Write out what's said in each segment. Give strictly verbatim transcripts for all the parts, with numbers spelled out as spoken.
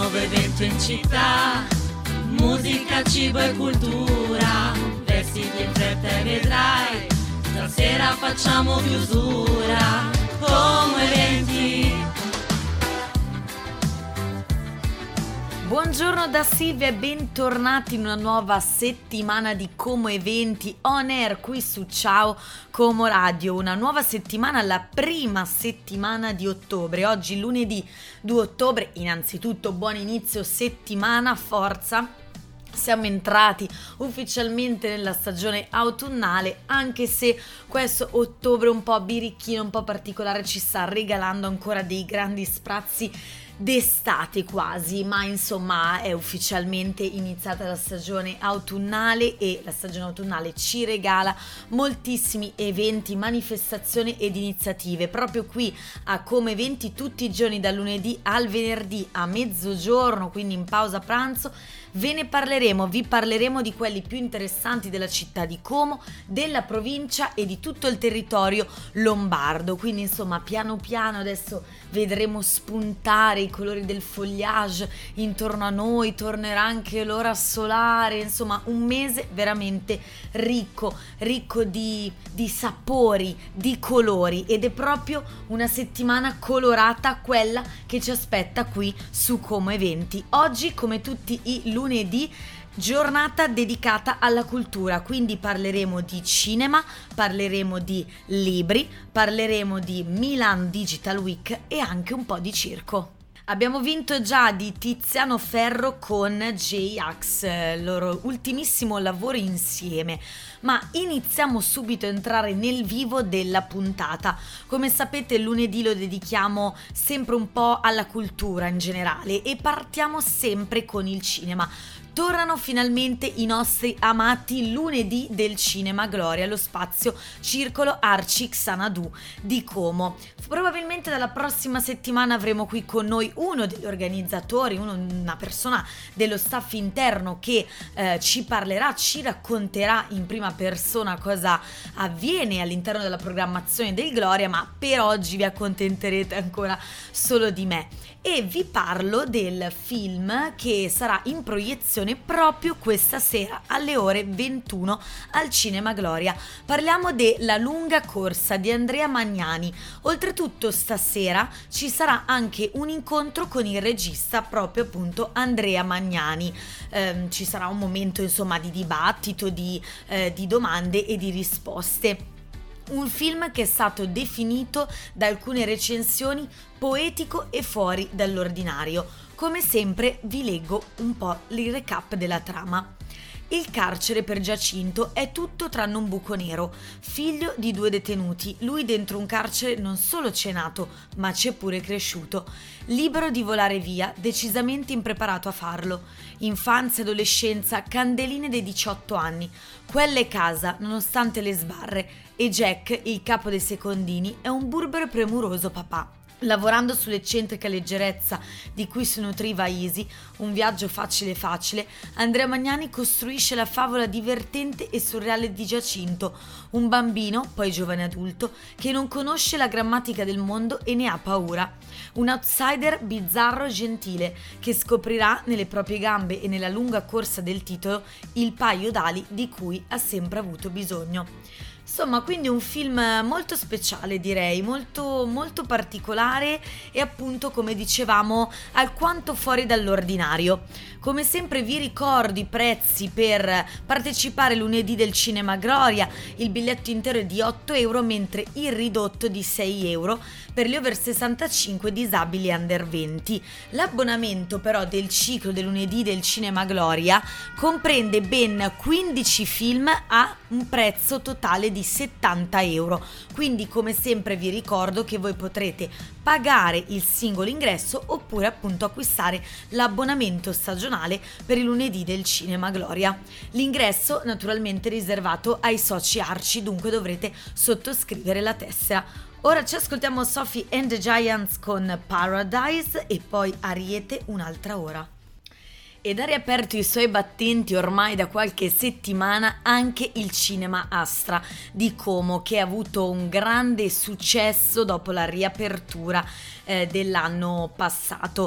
nuovo evento in città, musica, cibo e cultura, vestiti in fretta e vedrai, stasera facciamo chiusura, Como Eventi. Buongiorno da Silvia e bentornati in una nuova settimana di Como Eventi on air qui su Ciao Como Radio. Una nuova settimana, la prima settimana di ottobre. Oggi lunedì due ottobre, innanzitutto buon inizio settimana, forza. Siamo entrati ufficialmente nella stagione autunnale, anche se questo ottobre un po' birichino, un po' particolare ci sta regalando ancora dei grandi sprazzi d'estate quasi, ma insomma è ufficialmente iniziata la stagione autunnale e la stagione autunnale ci regala moltissimi eventi, manifestazioni ed iniziative proprio qui a Como Eventi tutti i giorni dal lunedì al venerdì a mezzogiorno, quindi in pausa pranzo. Ve ne parleremo, vi parleremo di quelli più interessanti della città di Como, della provincia e di tutto il territorio lombardo. Quindi insomma piano piano adesso vedremo spuntare i colori del foliage intorno a noi, tornerà anche l'ora solare, insomma un mese veramente ricco, ricco di, di sapori, di colori, ed è proprio una settimana colorata quella che ci aspetta qui su Como Eventi. Oggi, come tutti i lunedì, lunedì, giornata dedicata alla cultura, quindi parleremo di cinema, parleremo di libri, parleremo di Milan Digital Week e anche un po' di circo. Abbiamo vinto già di Tiziano Ferro con J-Ax, il loro ultimissimo lavoro insieme, ma iniziamo subito a entrare nel vivo della puntata. Come sapete lunedì lo dedichiamo sempre un po' alla cultura in generale e partiamo sempre con il cinema. Tornano finalmente i nostri amati lunedì del Cinema Gloria, lo spazio Circolo Arci Xanadu di Como. Probabilmente dalla prossima settimana avremo qui con noi uno degli organizzatori, uno, una persona dello staff interno che eh, ci parlerà, ci racconterà in prima persona cosa avviene all'interno della programmazione del Gloria, ma per oggi vi accontenterete ancora solo di me. E vi parlo del film che sarà in proiezione proprio questa sera alle ore ventuno al Cinema Gloria. Parliamo della lunga corsa di Andrea Magnani. Oltretutto stasera ci sarà anche un incontro con il regista proprio appunto Andrea Magnani. Eh, ci sarà un momento insomma di dibattito, di, eh, di domande e di risposte. Un film che è stato definito da alcune recensioni poetico e fuori dall'ordinario. Come sempre vi leggo un po' il recap della trama. Il carcere per Giacinto è tutto tranne un buco nero, figlio di due detenuti. Lui dentro un carcere non solo c'è nato, ma c'è pure cresciuto. Libero di volare via, decisamente impreparato a farlo. Infanzia, adolescenza, candeline dei diciotto anni. Quella è casa, nonostante le sbarre. E Jack, il capo dei secondini, è un burbero e premuroso papà. Lavorando sull'eccentrica leggerezza di cui si nutriva Easy, un viaggio facile facile, Andrea Magnani costruisce la favola divertente e surreale di Giacinto, un bambino, poi giovane adulto, che non conosce la grammatica del mondo e ne ha paura. Un outsider bizzarro e gentile, che scoprirà nelle proprie gambe e nella lunga corsa del titolo il paio d'ali di cui ha sempre avuto bisogno. Insomma, quindi un film molto speciale, direi, molto, molto particolare e appunto, come dicevamo, alquanto fuori dall'ordinario. Come sempre vi ricordo i prezzi per partecipare lunedì del Cinema Gloria. Il biglietto intero è di otto euro, mentre il ridotto di sei euro per gli over sessantacinque disabili under venti. L'abbonamento però del ciclo del lunedì del Cinema Gloria comprende ben quindici film a un prezzo totale di settanta euro. Quindi come sempre vi ricordo che voi potrete pagare il singolo ingresso oppure appunto acquistare l'abbonamento stagionale per il lunedì del Cinema Gloria. L'ingresso naturalmente è riservato ai soci Arci, dunque dovrete sottoscrivere la tessera. Ora ci ascoltiamo Sophie and the Giants con Paradise e poi Ariete un'altra ora. Ed ha riaperto i suoi battenti ormai da qualche settimana anche il Cinema Astra di Como, che ha avuto un grande successo dopo la riapertura eh, dell'anno passato.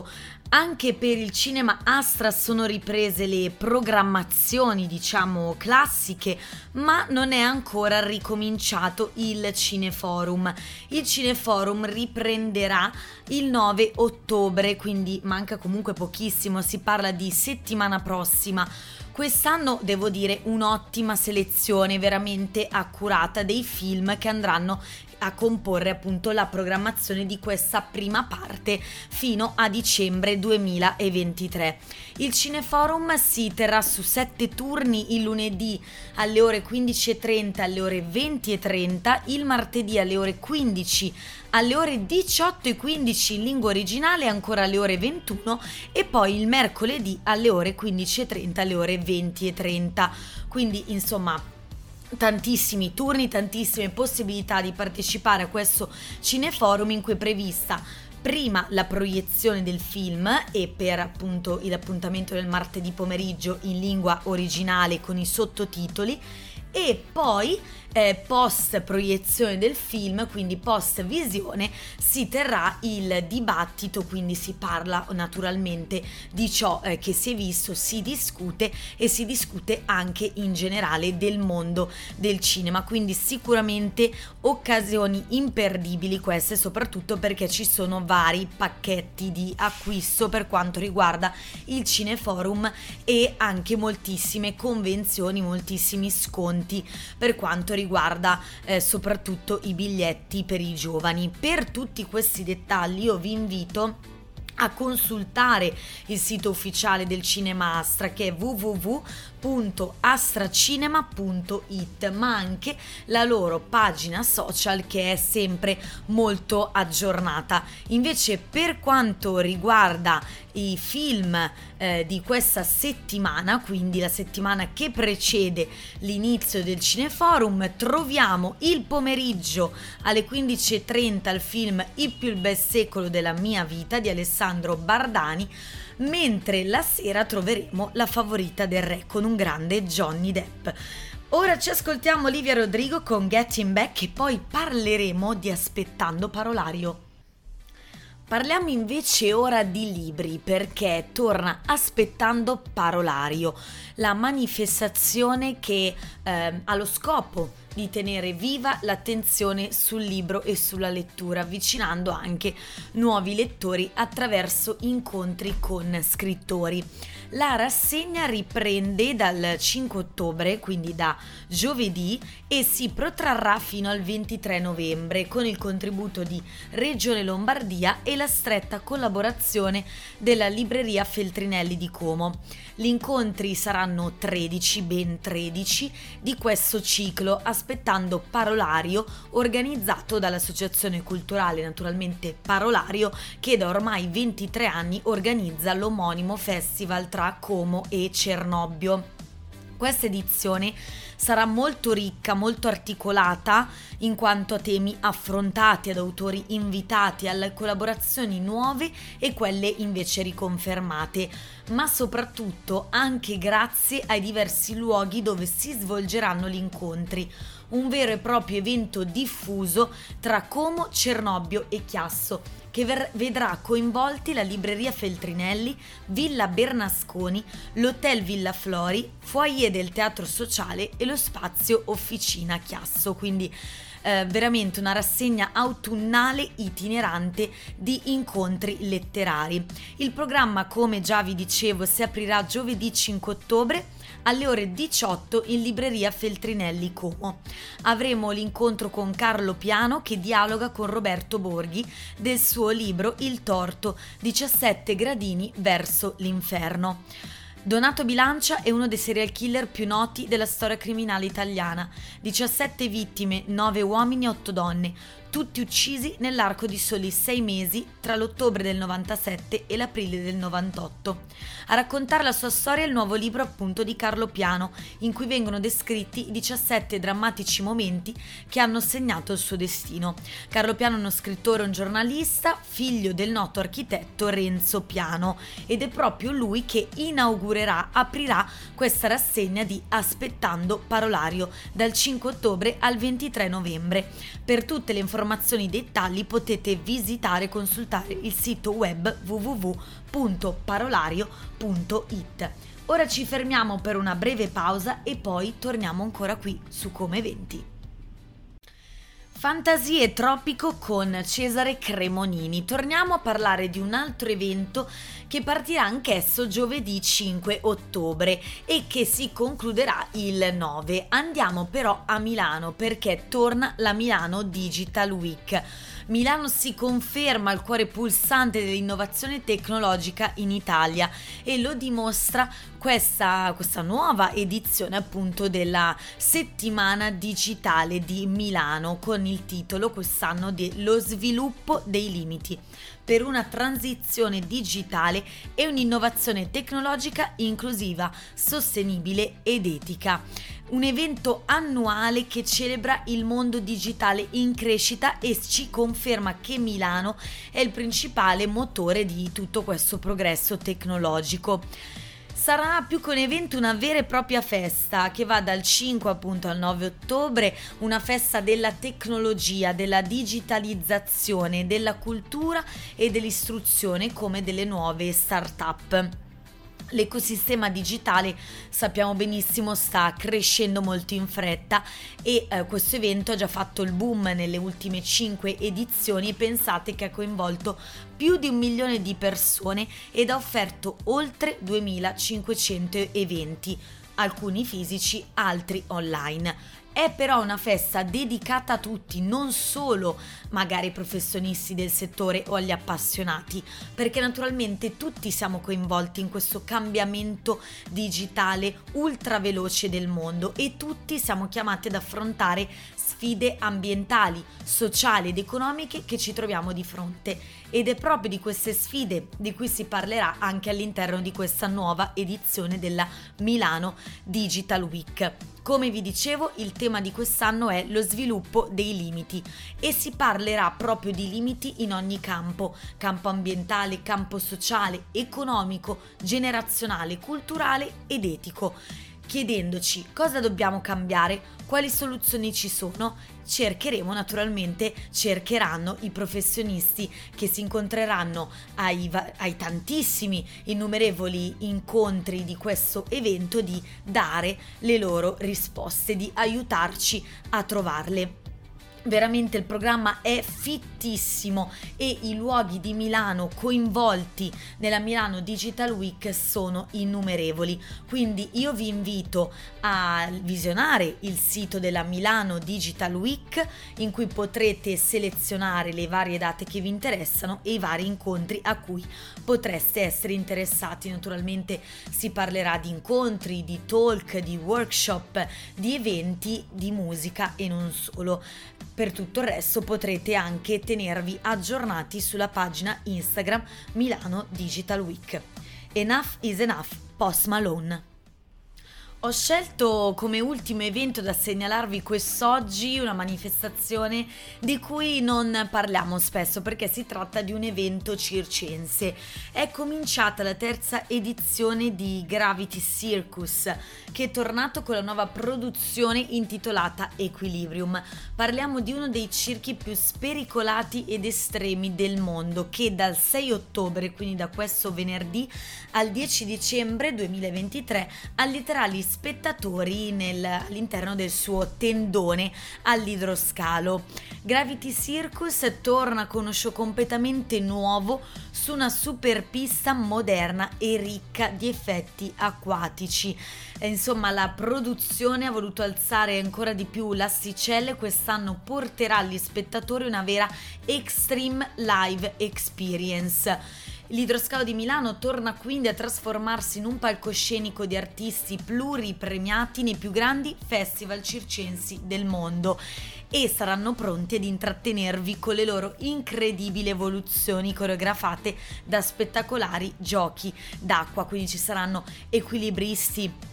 Anche per il cinema Astra sono riprese le programmazioni, diciamo, classiche, ma non è ancora ricominciato il Cineforum. Il Cineforum riprenderà il nove ottobre, quindi manca comunque pochissimo, si parla di settimana prossima. Quest'anno devo dire un'ottima selezione veramente accurata dei film che andranno a comporre appunto la programmazione di questa prima parte fino a dicembre duemilaventitré. Il Cineforum si terrà su sette turni, il lunedì alle ore quindici e trenta, alle ore venti e trenta, il martedì alle ore quindici, alle ore diciotto e quindici in lingua originale, ancora alle ore ventuno, e poi il mercoledì alle ore quindici e trenta, alle ore venti e trenta. Quindi insomma tantissimi turni, tantissime possibilità di partecipare a questo Cineforum, in cui è prevista prima la proiezione del film, e per appunto l'appuntamento del martedì pomeriggio in lingua originale con i sottotitoli, e poi eh, post proiezione del film, quindi post visione, si terrà il dibattito, quindi si parla naturalmente di ciò eh, che si è visto, si discute e si discute anche in generale del mondo del cinema, quindi sicuramente occasioni imperdibili queste, soprattutto perché ci sono vari pacchetti di acquisto per quanto riguarda il Cineforum e anche moltissime convenzioni, moltissimi sconti per quanto riguarda eh, soprattutto i biglietti per i giovani. Per tutti questi dettagli io vi invito a consultare il sito ufficiale del Cinema Astra, che è w w w punto astracinema punto i t, ma anche la loro pagina social, che è sempre molto aggiornata. Invece per quanto riguarda i film eh, di questa settimana, quindi la settimana che precede l'inizio del Cineforum, troviamo il pomeriggio alle quindici e trenta il film Il più bel secolo della mia vita di Alessandro Bardani, mentre la sera troveremo La favorita del re con un grande Johnny Depp. Ora ci ascoltiamo Olivia Rodrigo con Getting Back e poi parleremo di Aspettando Parolario. Parliamo invece ora di libri, perché torna Aspettando Parolario, la manifestazione che eh, ha lo scopo di tenere viva l'attenzione sul libro e sulla lettura, avvicinando anche nuovi lettori attraverso incontri con scrittori. La rassegna riprende dal cinque ottobre, quindi da giovedì, e si protrarrà fino al ventitré novembre con il contributo di Regione Lombardia e la stretta collaborazione della libreria Feltrinelli di Como. Gli incontri saranno tredici, ben tredici, di questo ciclo Aspettando Parolario, organizzato dall'associazione culturale naturalmente Parolario, che da ormai ventitré anni organizza l'omonimo festival tra Como e Cernobbio. Questa edizione sarà molto ricca, molto articolata in quanto a temi affrontati, ad autori invitati, alle collaborazioni nuove e quelle invece riconfermate, ma soprattutto anche grazie ai diversi luoghi dove si svolgeranno gli incontri. Un vero e proprio evento diffuso tra Como, Cernobbio e Chiasso, che ver- vedrà coinvolti la libreria Feltrinelli, Villa Bernasconi, l'Hotel Villa Flori, foyer del Teatro Sociale e lo spazio Officina Chiasso, quindi eh, veramente una rassegna autunnale itinerante di incontri letterari. Il programma, come già vi dicevo, si aprirà giovedì cinque ottobre alle ore diciotto in libreria Feltrinelli Como. Avremo l'incontro con Carlo Piano, che dialoga con Roberto Borghi del suo libro Il torto, diciassette gradini verso l'inferno. Donato Bilancia è uno dei serial killer più noti della storia criminale italiana. diciassette vittime, nove uomini e otto donne, tutti uccisi nell'arco di soli sei mesi tra l'ottobre del novantasette e l'aprile del novantotto. A raccontare la sua storia è il nuovo libro appunto di Carlo Piano, in cui vengono descritti i diciassette drammatici momenti che hanno segnato il suo destino. Carlo Piano è uno scrittore e un giornalista, figlio del noto architetto Renzo Piano, ed è proprio lui che inaugurerà, aprirà questa rassegna di Aspettando Parolario dal cinque ottobre al ventitré novembre. Per tutte le informazioni informazioni e dettagli potete visitare e consultare il sito web w w w punto parolario punto i t. Ora ci fermiamo per una breve pausa e poi torniamo ancora qui su Come Eventi. Fantasie tropico con Cesare Cremonini. Torniamo a parlare di un altro evento che partirà anch'esso giovedì cinque ottobre e che si concluderà il nove. Andiamo però a Milano perché torna la Milano Digital Week. Milano si conferma il cuore pulsante dell'innovazione tecnologica in Italia e lo dimostra questa, questa nuova edizione appunto della settimana digitale di Milano con il titolo quest'anno di Lo sviluppo dei limiti per una transizione digitale e un'innovazione tecnologica inclusiva, sostenibile ed etica. Un evento annuale che celebra il mondo digitale in crescita e ci conferma che Milano è il principale motore di tutto questo progresso tecnologico. Sarà più che un evento una vera e propria festa che va dal cinque appunto al nove ottobre, una festa della tecnologia, della digitalizzazione, della cultura e dell'istruzione come delle nuove start-up. L'ecosistema digitale sappiamo benissimo sta crescendo molto in fretta e eh, questo evento ha già fatto il boom nelle ultime cinque edizioni e pensate che ha coinvolto più di un milione di persone ed ha offerto oltre duemilacinquecento eventi, alcuni fisici, altri online. È però una festa dedicata a tutti, non solo magari ai professionisti del settore o agli appassionati, perché naturalmente tutti siamo coinvolti in questo cambiamento digitale ultra veloce del mondo e tutti siamo chiamati ad affrontare sfide ambientali, sociali ed economiche che ci troviamo di fronte ed è proprio di queste sfide di cui si parlerà anche all'interno di questa nuova edizione della Milano Digital Week. Come vi dicevo, il tema di quest'anno è lo sviluppo dei limiti e si parlerà proprio di limiti in ogni campo, campo ambientale, campo sociale, economico, generazionale, culturale ed etico. Chiedendoci cosa dobbiamo cambiare, quali soluzioni ci sono, cercheremo naturalmente, cercheranno i professionisti che si incontreranno ai, ai tantissimi innumerevoli incontri di questo evento di dare le loro risposte, di aiutarci a trovarle. Veramente il programma è fittissimo e i luoghi di Milano coinvolti nella Milano Digital Week sono innumerevoli, quindi io vi invito a visionare il sito della Milano Digital Week in cui potrete selezionare le varie date che vi interessano e i vari incontri a cui potreste essere interessati. Naturalmente si parlerà di incontri, di talk, di workshop, di eventi, di musica e non solo. Per tutto il resto potrete anche tenervi aggiornati sulla pagina Instagram Milano Digital Week. Enough is enough, Post Malone. Ho scelto come ultimo evento da segnalarvi quest'oggi una manifestazione di cui non parliamo spesso perché si tratta di un evento circense. È cominciata la terza edizione di Gravity Circus che è tornato con la nuova produzione intitolata Equilibrium. Parliamo di uno dei circhi più spericolati ed estremi del mondo che dal sei ottobre, quindi da questo venerdì, al dieci dicembre duemilaventitré alliterà gli spettatori nel, all'interno del suo tendone all'idroscalo. Gravity Circus torna con uno show completamente nuovo su una super pista moderna e ricca di effetti acquatici. E insomma, la produzione ha voluto alzare ancora di più l'asticella e quest'anno porterà agli spettatori una vera Extreme Live Experience. L'idroscalo di Milano torna quindi a trasformarsi in un palcoscenico di artisti pluripremiati nei più grandi festival circensi del mondo e saranno pronti ad intrattenervi con le loro incredibili evoluzioni coreografate da spettacolari giochi d'acqua, quindi ci saranno equilibristi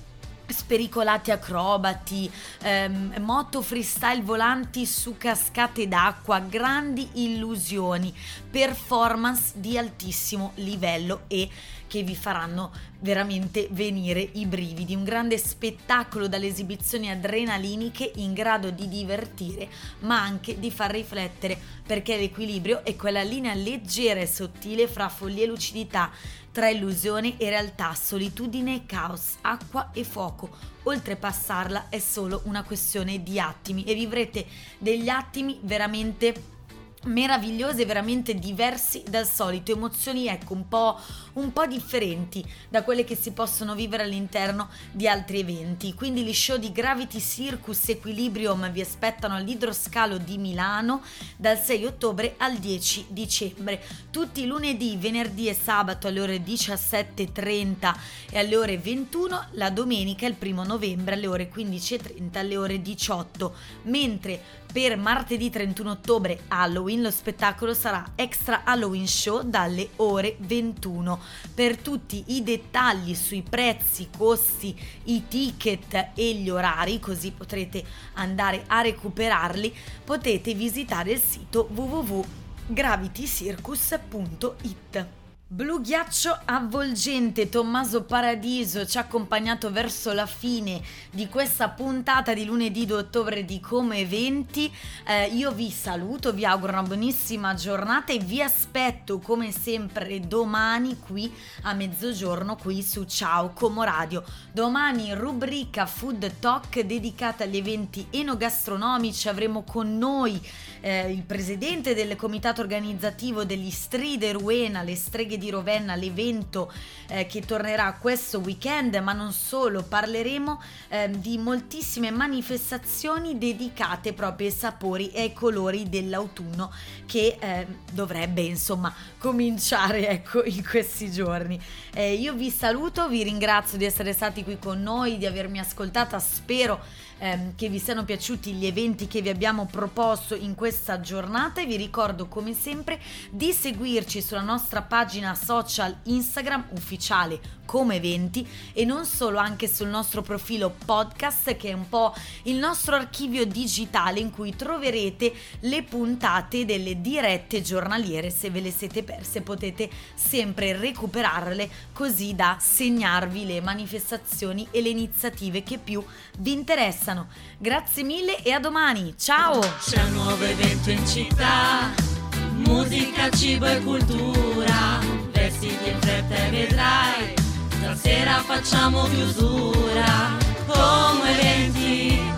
spericolati acrobati, ehm, moto freestyle volanti su cascate d'acqua, grandi illusioni, performance di altissimo livello e che vi faranno veramente venire i brividi. Un grande spettacolo dalle esibizioni adrenaliniche in grado di divertire ma anche di far riflettere, perché l'equilibrio è quella linea leggera e sottile fra follia e lucidità, tra illusione e realtà, solitudine e caos, acqua e fuoco. Oltrepassarla è solo una questione di attimi e vivrete degli attimi veramente meravigliosi, veramente diversi dal solito, emozioni ecco un po', un po' differenti da quelle che si possono vivere all'interno di altri eventi. Quindi gli show di Gravity Circus Equilibrium vi aspettano all'Idroscalo di Milano dal sei ottobre al dieci dicembre, tutti i lunedì, venerdì e sabato alle ore diciassette e trenta e alle ore ventuno, la domenica il primo novembre alle ore quindici e trenta alle ore diciotto, mentre per martedì trentuno ottobre Halloween lo spettacolo sarà Extra Halloween Show dalle ore ventuno. Per tutti i dettagli sui prezzi, costi, i ticket e gli orari, così potrete andare a recuperarli, potete visitare il sito w w w punto gravity circus punto i t. Blu ghiaccio avvolgente, Tommaso Paradiso ci ha accompagnato verso la fine di questa puntata di lunedì due ottobre di Come Eventi. Eh, io vi saluto, vi auguro una buonissima giornata e vi aspetto come sempre domani qui a mezzogiorno qui su Ciao Como Radio. Domani rubrica Food Talk dedicata agli eventi enogastronomici, avremo con noi eh, il presidente del comitato organizzativo degli Stride Ruena, le streghe di Rovenna, l'evento eh, che tornerà questo weekend, ma non solo, parleremo eh, di moltissime manifestazioni dedicate proprio ai sapori e ai colori dell'autunno che eh, dovrebbe insomma cominciare ecco in questi giorni. Eh, io vi saluto, vi ringrazio di essere stati qui con noi, di avermi ascoltata, spero ehm, che vi siano piaciuti gli eventi che vi abbiamo proposto in questa giornata e vi ricordo come sempre di seguirci sulla nostra pagina social Instagram ufficiale Come Eventi e non solo, anche sul nostro profilo podcast che è un po' il nostro archivio digitale in cui troverete le puntate delle dirette giornaliere. Se ve le siete perse potete sempre recuperarle così da segnarvi le manifestazioni e le iniziative che più vi interessano. Grazie mille e a domani, ciao! C'è un nuovo evento in città, musica, cibo e cultura, vestiti in fretta e vedrai, stasera facciamo chiusura, Come Eventi.